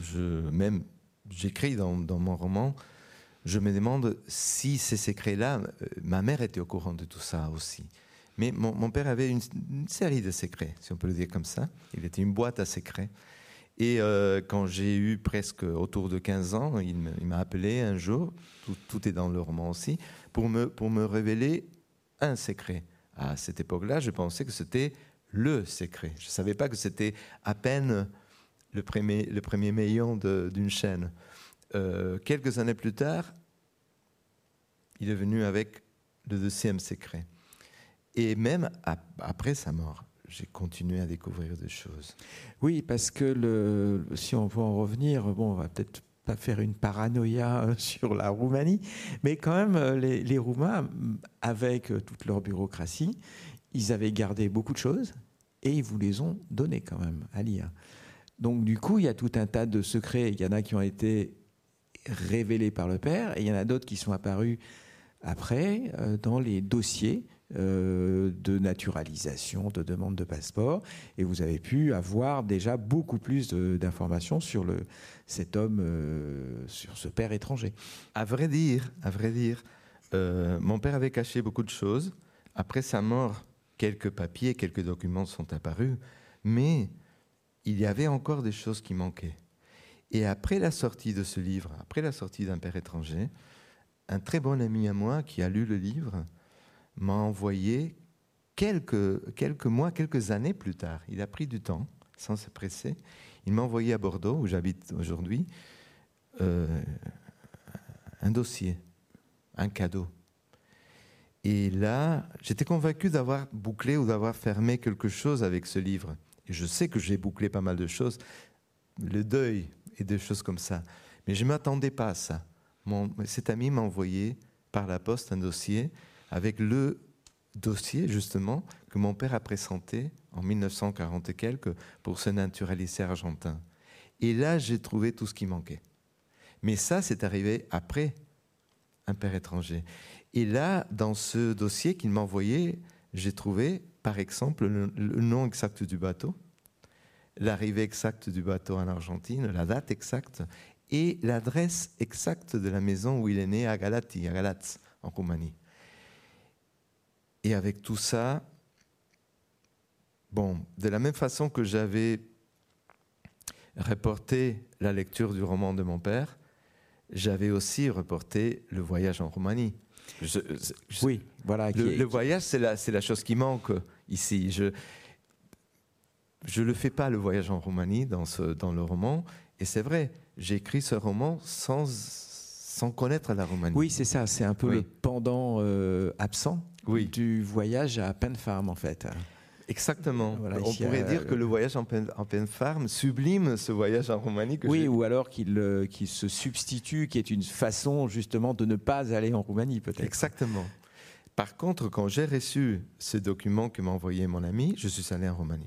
J'écris dans mon roman, je me demande si ces secrets-là, ma mère était au courant de tout ça aussi. Mais mon père avait une série de secrets, si on peut le dire comme ça. Il était une boîte à secrets. Et quand j'ai eu presque autour de 15 ans, il m'a appelé un jour, tout est dans le roman aussi, pour me révéler un secret. À cette époque-là, je pensais que c'était le secret. Je ne savais pas que c'était à peine le premier maillon d'une chaîne. Quelques années plus tard, il est venu avec le deuxième secret. Et même après sa mort, j'ai continué à découvrir des choses. Oui, parce que si on veut en revenir, on va peut-être pas faire une paranoïa sur la Roumanie, mais quand même, les Roumains, avec toute leur bureaucratie, ils avaient gardé beaucoup de choses et ils vous les ont données quand même à lire. Donc du coup, il y a tout un tas de secrets. Il y en a qui ont été révélés par le père et il y en a d'autres qui sont apparus après dans les dossiers de naturalisation, de demande de passeport, et vous avez pu avoir déjà beaucoup plus d'informations sur cet homme, sur ce père étranger. À vrai dire, mon père avait caché beaucoup de choses. Après sa mort, quelques papiers, quelques documents sont apparus, mais il y avait encore des choses qui manquaient. Et après la sortie de ce livre, après la sortie d'Un père étranger, un très bon ami à moi qui a lu le livre m'a envoyé quelques mois, quelques années plus tard. Il a pris du temps, sans se presser. Il m'a envoyé à Bordeaux, où j'habite aujourd'hui, un dossier, un cadeau. Et là, j'étais convaincu d'avoir bouclé ou d'avoir fermé quelque chose avec ce livre. Et je sais que j'ai bouclé pas mal de choses, le deuil et des choses comme ça. Mais je ne m'attendais pas à ça. Cet ami m'a envoyé par la poste un dossier avec le dossier, justement, que mon père a présenté en 1940 et quelques pour se naturaliser argentin. Et là, j'ai trouvé tout ce qui manquait. Mais ça, c'est arrivé après Un père étranger. Et là, dans ce dossier qu'il m'a envoyé, j'ai trouvé, par exemple, le nom exact du bateau, l'arrivée exacte du bateau en Argentine, la date exacte, et l'adresse exacte de la maison où il est né à Galați, en Roumanie. Et avec tout ça, de la même façon que j'avais reporté la lecture du roman de mon père, j'avais aussi reporté le voyage en Roumanie. Oui, voilà. Le voyage, c'est la chose qui manque ici. Je ne le fais pas, le voyage en Roumanie, dans le roman. Et c'est vrai, j'ai écrit ce roman sans connaître la Roumanie. Oui, c'est ça. C'est un peu le pendant absent du voyage à Pen Farm, en fait. Exactement. Voilà, on pourrait dire que le voyage en Pen Farm sublime ce voyage en Roumanie. Ou alors qu'il se substitue, qui est une façon justement de ne pas aller en Roumanie, peut-être. Exactement. Par contre, quand j'ai reçu ce document que m'a envoyé mon ami, je suis allé en Roumanie.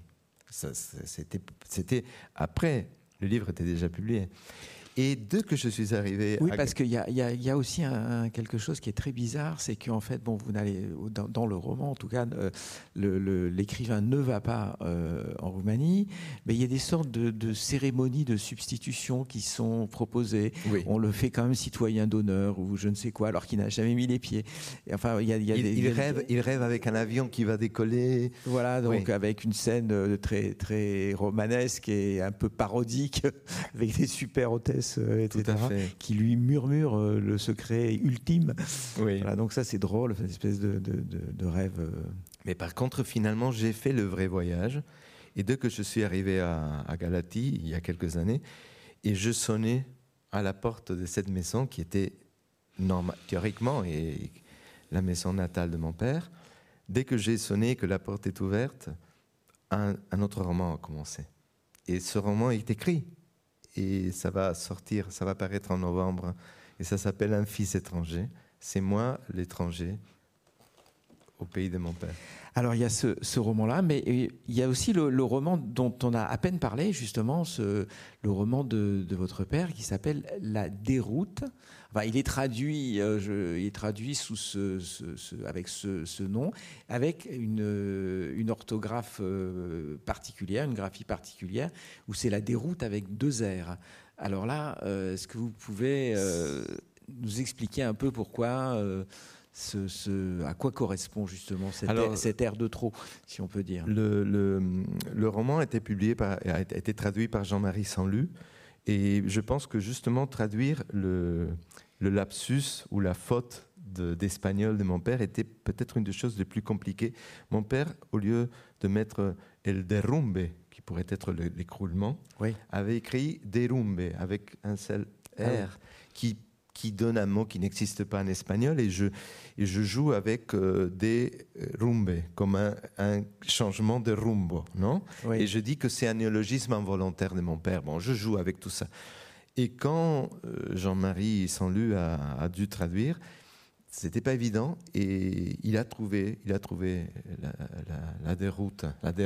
C'était après, le livre était déjà publié. Et dès que je suis arrivé... Oui, parce qu'il y a aussi quelque chose qui est très bizarre, c'est qu'en fait, bon, vous n'allez, dans le roman, en tout cas, l'écrivain ne va pas en Roumanie, mais il y a des sortes de cérémonies de substitution qui sont proposées. Oui. On le fait quand même citoyen d'honneur ou je ne sais quoi, alors qu'il n'a jamais mis les pieds. Et enfin, il rêve avec un avion qui va décoller. Voilà, donc Oui. avec une scène très, très romanesque et un peu parodique, avec des super hôtesses, etc., Tout à fait. qui lui murmurent le secret ultime. Oui. Voilà, donc ça, c'est drôle, une espèce de rêve. Mais par contre, finalement, j'ai fait le vrai voyage. Et dès que je suis arrivé à Galatie, il y a quelques années, et je sonnais à la porte de cette maison qui était théoriquement et la maison natale de mon père. Dès que j'ai sonné, que la porte est ouverte, un autre roman a commencé. Et ce roman est écrit. Et ça va sortir, ça va paraître en novembre. Et ça s'appelle Un fils étranger. C'est moi, l'étranger, au pays de mon père. Alors, il y a ce roman-là, mais il y a aussi le roman dont on a à peine parlé, justement, le roman de votre père, qui s'appelle La Déroute. Enfin, il est traduit sous avec ce nom, avec une orthographe particulière, une graphie particulière, où c'est La Déroute avec 2 R. Alors là, est-ce que vous pouvez nous expliquer un peu pourquoi à quoi correspond justement cet air de trop, si on peut dire. Le roman a été traduit par Jean-Marie Sanlu, et je pense que justement traduire le lapsus ou la faute d'espagnol de mon père était peut-être une des choses les plus compliquées. Mon père, au lieu de mettre el derrumbe, qui pourrait être l'écroulement, oui, avait écrit derrumbe avec un seul R, qui donne un mot qui n'existe pas en espagnol, et je joue avec des rumbe, comme un changement de rumbo, non? Oui. Et je dis que c'est un néologisme involontaire de mon père. Bon, je joue avec tout ça. Et quand Jean-Marie Sanlu a dû traduire, c'était pas évident, et il a trouvé la déroute.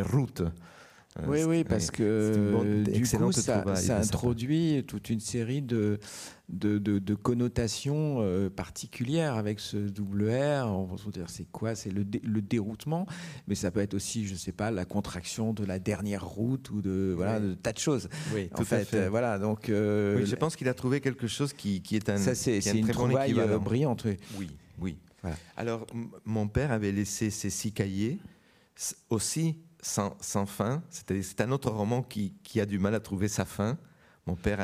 Oui, parce que du coup, ça introduit toute une série de connotations particulières avec ce double R. On va se dire, c'est quoi? C'est le déroutement, mais ça peut être aussi, je ne sais pas, la contraction de la dernière route ou de tas de choses. Oui, tout à fait. Voilà, donc, oui, je pense qu'il a trouvé quelque chose qui est un. Ça, c'est une trouvaille brillante. Oui. Voilà. Alors, mon père avait laissé ces 6 cahiers aussi. Sans fin, c'est un autre roman qui a du mal à trouver sa fin. Mon père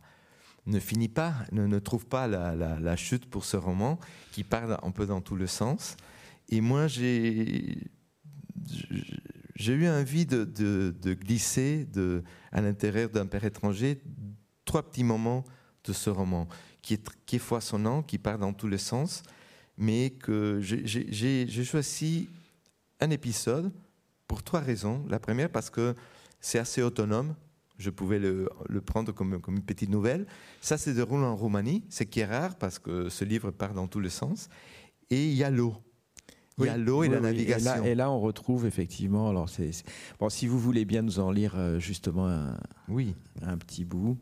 ne trouve pas la chute pour ce roman, qui parle un peu dans tous les sens. Et moi, j'ai eu envie de glisser à l'intérieur d'Un père étranger 3 petits moments de ce roman, qui est foisonnant, qui part dans tous les sens, mais que j'ai choisi un épisode pour 3 raisons. La première, parce que c'est assez autonome. Je pouvais le prendre comme une petite nouvelle. Ça se déroule en Roumanie, ce qui est rare parce que ce livre part dans tous les sens. Et il y a l'eau. Il y a l'eau et la navigation. Et là, on retrouve effectivement... Alors bon, si vous voulez bien nous en lire justement un petit bout...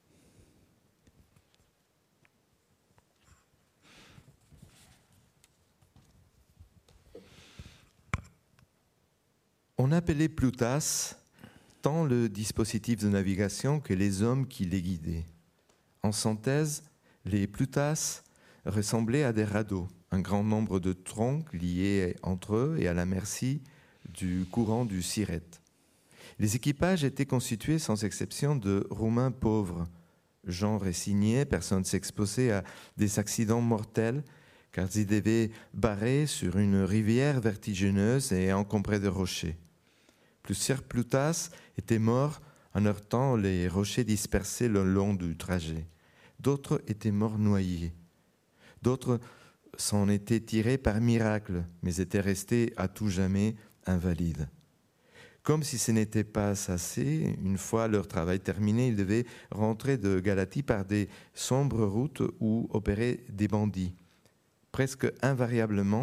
On appelait Plutas tant le dispositif de navigation que les hommes qui les guidaient. En synthèse, les Plutas ressemblaient à des radeaux, un grand nombre de troncs liés entre eux et à la merci du courant du Siret. Les équipages étaient constitués sans exception de Roumains pauvres, gens résignés, personnes s'exposaient à des accidents mortels, car ils devaient barrer sur une rivière vertigineuse et encombrée de rochers. Plusieurs Plutas étaient morts en heurtant les rochers dispersés le long du trajet. D'autres étaient morts noyés. D'autres s'en étaient tirés par miracle, mais étaient restés à tout jamais invalides. Comme si ce n'était pas assez, une fois leur travail terminé, ils devaient rentrer de Galatie par des sombres routes où opéraient des bandits. Presque invariablement,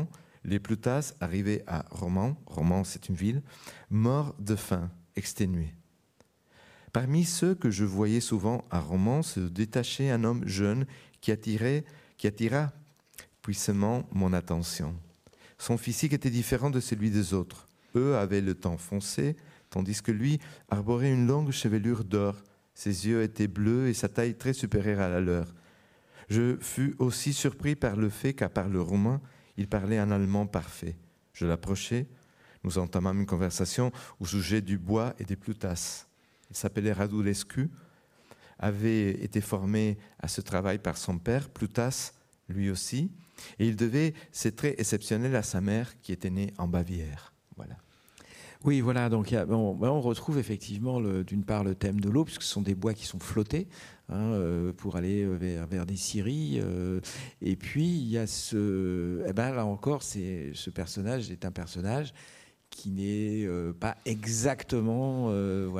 Les Plutas arrivaient à Romans, Romans c'est une ville, morts de faim, exténués. Parmi ceux que je voyais souvent à Romans se détachait un homme jeune qui attira puissamment mon attention. Son physique était différent de celui des autres. Eux avaient le teint foncé, tandis que lui arborait une longue chevelure d'or. Ses yeux étaient bleus et sa taille très supérieure à la leur. Je fus aussi surpris par le fait qu'à part le roumain, il parlait un allemand parfait. Je l'approchai, nous entamâmes une conversation au sujet du bois et des Plutas. Il s'appelait Radulescu, avait été formé à ce travail par son père, Plutas, lui aussi, et il devait ses traits exceptionnels à sa mère qui était née en Bavière. Voilà. Oui, voilà, donc on retrouve effectivement d'une part le thème de l'eau, puisque ce sont des bois qui sont flottés pour aller vers des scieries. Et puis il y a là encore, ce personnage est un personnage qui n'est pas exactement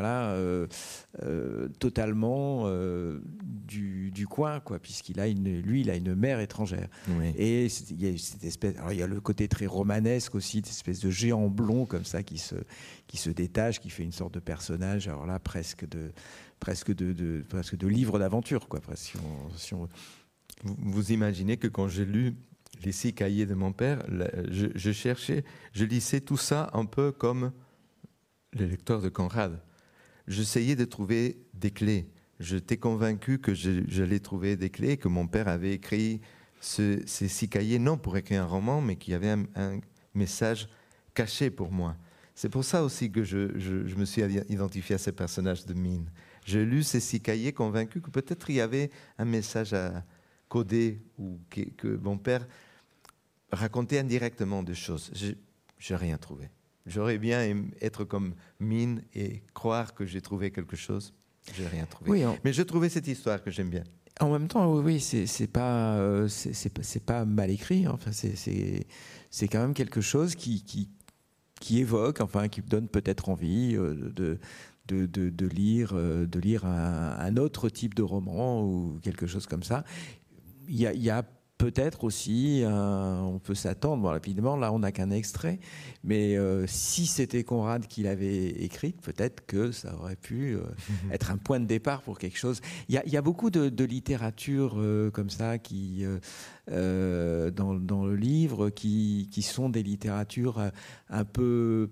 totalement du coin, quoi, puisqu'il a une mère étrangère. Oui. Et il y a cette espèce, alors il y a le côté très romanesque aussi, cette espèce de géant blond comme ça qui se détache, qui fait une sorte de personnage, alors là presque de livre d'aventure, quoi, presque, si on... Vous imaginez que quand j'ai lu les 6 cahiers de mon père, je lisais tout ça un peu comme le lecteur de Conrad. J'essayais de trouver des clés. J'étais convaincu que j'allais trouver des clés, que mon père avait écrit ces 6 cahiers, non pour écrire un roman, mais qu'il y avait un message caché pour moi. C'est pour ça aussi que je me suis identifié à ce personnage de Mine. J'ai lu ces 6 cahiers convaincu que peut-être il y avait un message à coder ou que mon père racontait indirectement des choses. Je n'ai rien trouvé. J'aurais bien aimé être comme Mine et croire que j'ai trouvé quelque chose. Je n'ai rien trouvé. Oui, mais je trouvais cette histoire que j'aime bien. En même temps, oui, c'est pas mal écrit. Enfin, c'est quand même quelque chose qui évoque, enfin, qui donne peut-être envie de lire un autre type de roman ou quelque chose comme ça. Il y a peut-être aussi, on peut s'attendre, bon, rapidement, là on n'a qu'un extrait, mais si c'était Conrad qui l'avait écrite, peut-être que ça aurait pu être un point de départ pour quelque chose. Il y a beaucoup de littérature comme ça qui, dans le livre qui sont des littératures un peu,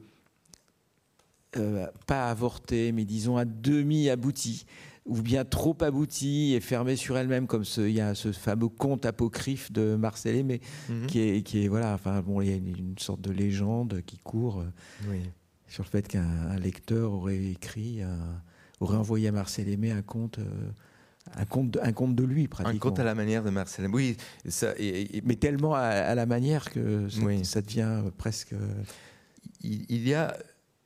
pas avortées, mais disons à demi abouties, ou bien trop aboutie et fermée sur elle-même, comme il y a ce fameux conte apocryphe de Marcel Aimé, qui est voilà, enfin bon, il y a une sorte de légende qui court sur le fait qu'un lecteur aurait envoyé à Marcel Aimé un conte de lui, pratiquement. Un conte à la manière de Marcel Aimé. Oui, ça, mais tellement à la manière que ça devient presque. Il y a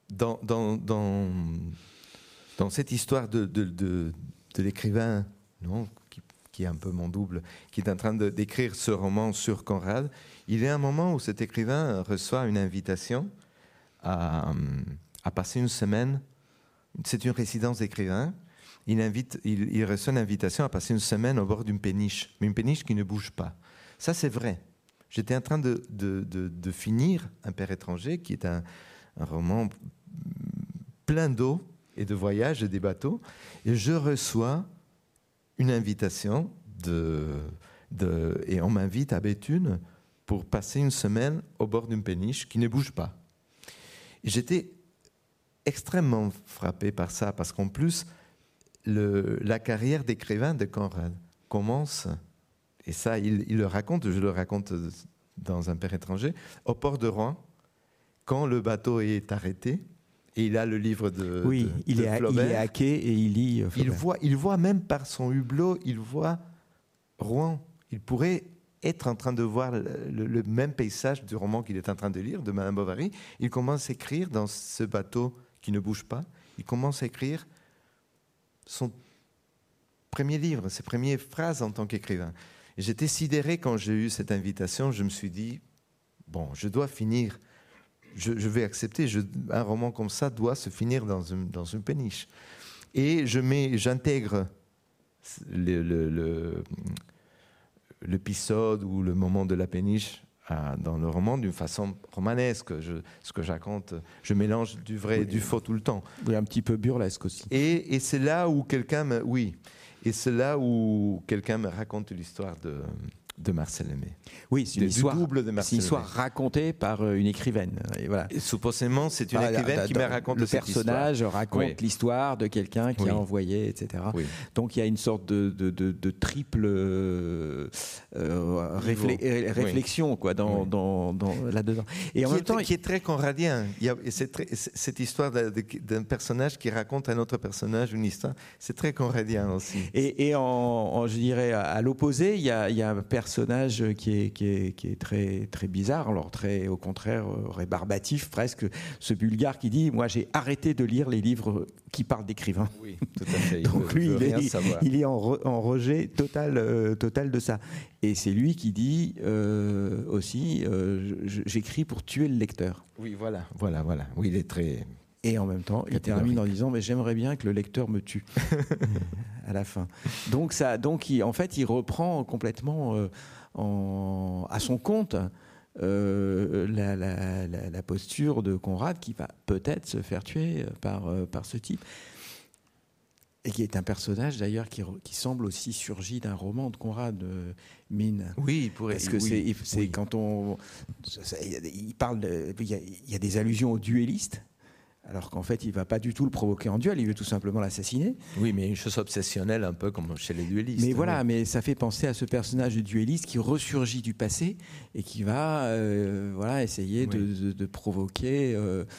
dans cette histoire de l'écrivain, non, qui est un peu mon double, qui est en train d'écrire ce roman sur Conrad, il y a un moment où cet écrivain reçoit une invitation à passer une semaine. C'est une résidence d'écrivain. Il reçoit une invitation à passer une semaine au bord d'une péniche, mais une péniche qui ne bouge pas. Ça, c'est vrai. J'étais en train de finir Un père étranger, qui est un roman plein d'eau et de voyages et des bateaux, et je reçois une invitation et on m'invite à Béthune pour passer une semaine au bord d'une péniche qui ne bouge pas. Et j'étais extrêmement frappé par ça, parce qu'en plus, la carrière d'écrivain de Conrad commence, et ça, il le raconte, je le raconte dans Un père étranger, au port de Rouen, quand le bateau est arrêté. Et il a le livre de Flaubert. Il est à quai et il lit Flaubert. Il voit même par son hublot, il voit Rouen. Il pourrait être en train de voir le même paysage du roman qu'il est en train de lire, de Madame Bovary. Il commence à écrire dans ce bateau qui ne bouge pas. Il commence à écrire son premier livre, ses premières phrases en tant qu'écrivain. Et j'étais sidéré quand j'ai eu cette invitation. Je me suis dit, bon, je dois finir. Je vais accepter, un roman comme ça doit se finir dans une péniche. Et j'intègre l'épisode ou le moment de la péniche dans le roman d'une façon romanesque. Ce que je raconte, je mélange du vrai et du faux tout le temps. Oui, un petit peu burlesque aussi. Et c'est là où quelqu'un me raconte l'histoire de Marcel Aimé. Oui, c'est une histoire, double de Marcel c'est une histoire Aimé. racontée par une écrivaine. Et voilà. Et supposément, c'est une écrivaine qui me raconte le cette histoire. personnage raconte l'histoire de quelqu'un qui a envoyé, etc. Oui. Donc il y a une sorte de triple réflexion quoi, là-dedans. Et en même temps, qui est très conradien. Cette histoire d'un personnage qui raconte à un autre personnage une histoire, c'est très conradien aussi. Et je dirais à l'opposé, il y a un personnage qui est très, très bizarre, alors très, au contraire, rébarbatif presque, ce Bulgare qui dit « Moi, j'ai arrêté de lire les livres qui parlent d'écrivains. » Oui, tout à fait. Donc lui, il est en rejet total de ça. Et c'est lui qui dit aussi « J'écris pour tuer le lecteur. » Oui, voilà. Oui, il est très... Et en même temps, il termine en disant « Mais j'aimerais bien que le lecteur me tue. » à la fin. Donc en fait, il reprend complètement à son compte la posture de Conrad qui va peut-être se faire tuer par ce type. Et qui est un personnage d'ailleurs qui semble aussi surgi d'un roman de Conrad, Mine. Oui, il pourrait. Parce que c'est quand il parle, il y a des allusions aux duellistes. Alors qu'en fait, il ne va pas du tout le provoquer en duel, il veut tout simplement l'assassiner. Oui, mais une chose obsessionnelle, un peu comme chez les duellistes. Mais voilà, mais ça fait penser à ce personnage de duelliste qui ressurgit du passé et qui va essayer de provoquer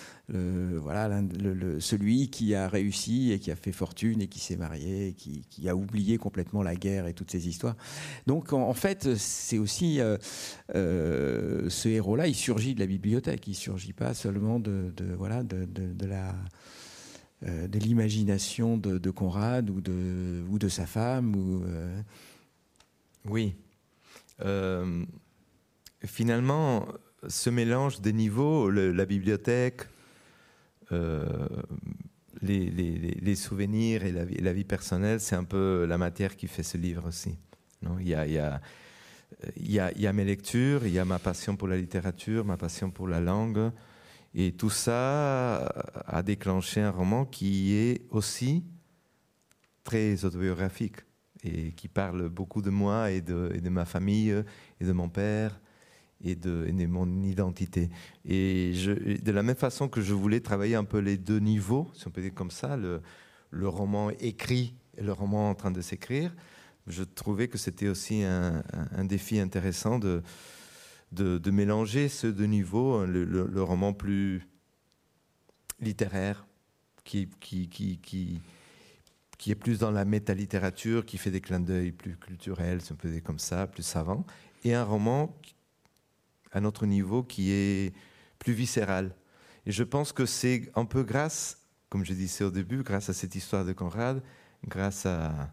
celui qui a réussi et qui a fait fortune et qui s'est marié, et qui a oublié complètement la guerre et toutes ces histoires. Donc en fait, c'est aussi ce héros-là, il surgit de la bibliothèque, il ne surgit pas seulement de l'imagination de Conrad ou de sa femme. Oui. Finalement, ce mélange des niveaux, la bibliothèque, les souvenirs et la vie personnelle, c'est un peu la matière qui fait ce livre aussi. Non, il y a mes lectures, il y a ma passion pour la littérature, ma passion pour la langue. Et tout ça a déclenché un roman qui est aussi très autobiographique et qui parle beaucoup de moi et de ma famille et de mon père et de mon identité. Et de la même façon que je voulais travailler un peu les deux niveaux, si on peut dire comme ça, le roman écrit et le roman en train de s'écrire, je trouvais que c'était aussi un défi intéressant de mélanger ces deux niveaux, le roman plus littéraire, qui est plus dans la métalittérature, qui fait des clins d'œil plus culturels, si on peut dire comme ça, plus savants, et un roman à notre niveau qui est plus viscéral. Et je pense que c'est un peu grâce, comme je disais au début, grâce à cette histoire de Conrad, grâce à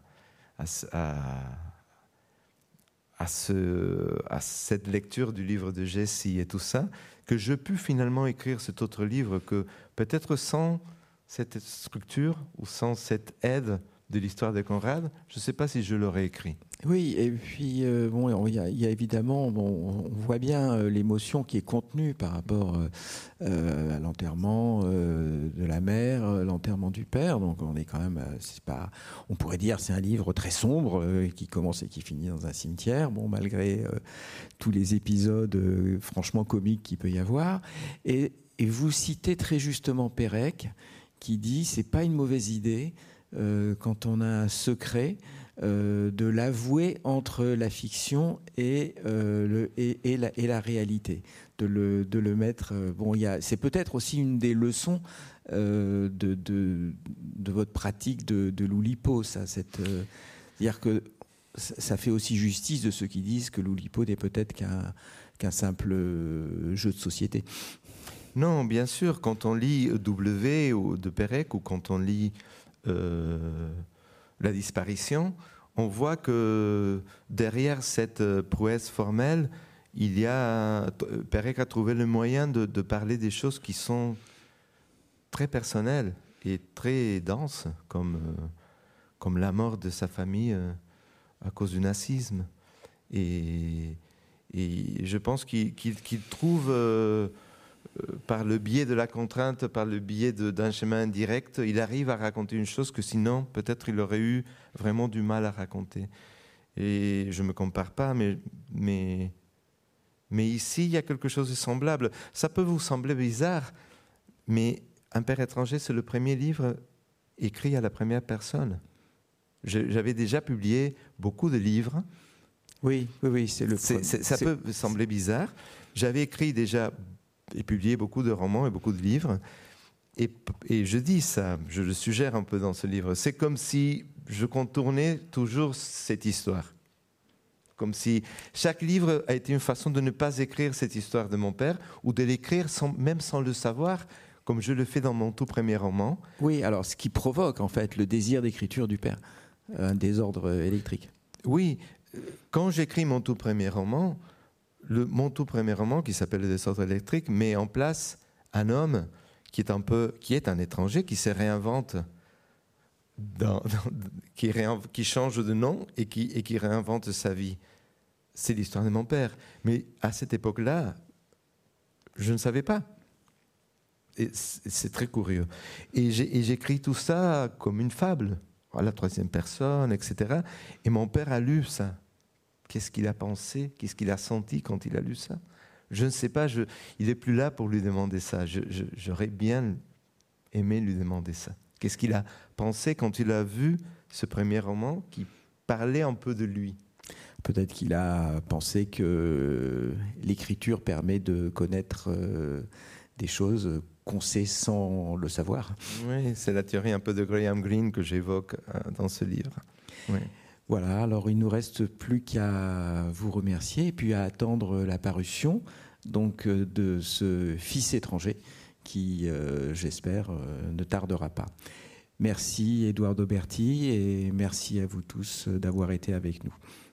cette lecture du livre de Jessie et tout ça, que je pus finalement écrire cet autre livre que peut-être sans cette structure ou sans cette aide de l'histoire de Conrad, je ne sais pas si je l'aurais écrit. Oui, et puis il y a évidemment, on voit bien l'émotion qui est contenue par rapport à l'enterrement de la mère, l'enterrement du père. Donc on est quand même, on pourrait dire c'est un livre très sombre qui commence et qui finit dans un cimetière. Bon, malgré tous les épisodes franchement comiques qu'il peut y avoir. Et vous citez très justement Pérec qui dit c'est pas une mauvaise idée quand on a un secret. De l'avouer entre la fiction et la réalité, de le mettre. C'est peut-être aussi une des leçons de votre pratique de l'Oulipo, ça. C'est-à-dire que ça fait aussi justice de ceux qui disent que l'Oulipo n'est peut-être qu'un simple jeu de société. Non, bien sûr, quand on lit W de Pérec ou quand on lit La disparition, on voit que derrière cette prouesse formelle, Pérec a trouvé le moyen de parler des choses qui sont très personnelles et très denses, comme la mort de sa famille à cause du nazisme. Et Et je pense qu'il trouve, par le biais de la contrainte, par le biais d'un chemin indirect, il arrive à raconter une chose que sinon, peut-être, il aurait eu vraiment du mal à raconter. Et je ne me compare pas, mais ici, il y a quelque chose de semblable. Ça peut vous sembler bizarre, mais Un père étranger, c'est le premier livre écrit à la première personne. J'avais déjà publié beaucoup de livres. Oui, c'est le premier. Ça peut sembler bizarre. J'avais écrit déjà et publié beaucoup de romans et beaucoup de livres. Et je dis ça, je le suggère un peu dans ce livre. C'est comme si je contournais toujours cette histoire. Comme si chaque livre a été une façon de ne pas écrire cette histoire de mon père ou de l'écrire même sans le savoir, comme je le fais dans mon tout premier roman. Oui, alors ce qui provoque en fait le désir d'écriture du père, un désordre électrique. Oui, quand j'écris mon tout premier roman, qui s'appelle Le désordre électrique, met en place un homme qui est un étranger, qui se réinvente, qui change de nom et qui réinvente sa vie. C'est l'histoire de mon père. Mais à cette époque-là, je ne savais pas. Et c'est très curieux. Et j'écris tout ça comme une fable, à la troisième personne, etc. Et mon père a lu ça. Qu'est-ce qu'il a pensé? Qu'est-ce qu'il a senti quand il a lu ça? Je ne sais pas, il n'est plus là pour lui demander ça. J'aurais bien aimé lui demander ça. Qu'est-ce qu'il a pensé quand il a vu ce premier roman qui parlait un peu de lui? Peut-être qu'il a pensé que l'écriture permet de connaître des choses qu'on sait sans le savoir. Oui, c'est la théorie un peu de Graham Greene que j'évoque dans ce livre. Oui. Voilà, alors il ne nous reste plus qu'à vous remercier et puis à attendre la parution donc, de ce Fils étranger qui, j'espère, ne tardera pas. Merci Édouard Dauberti et merci à vous tous d'avoir été avec nous.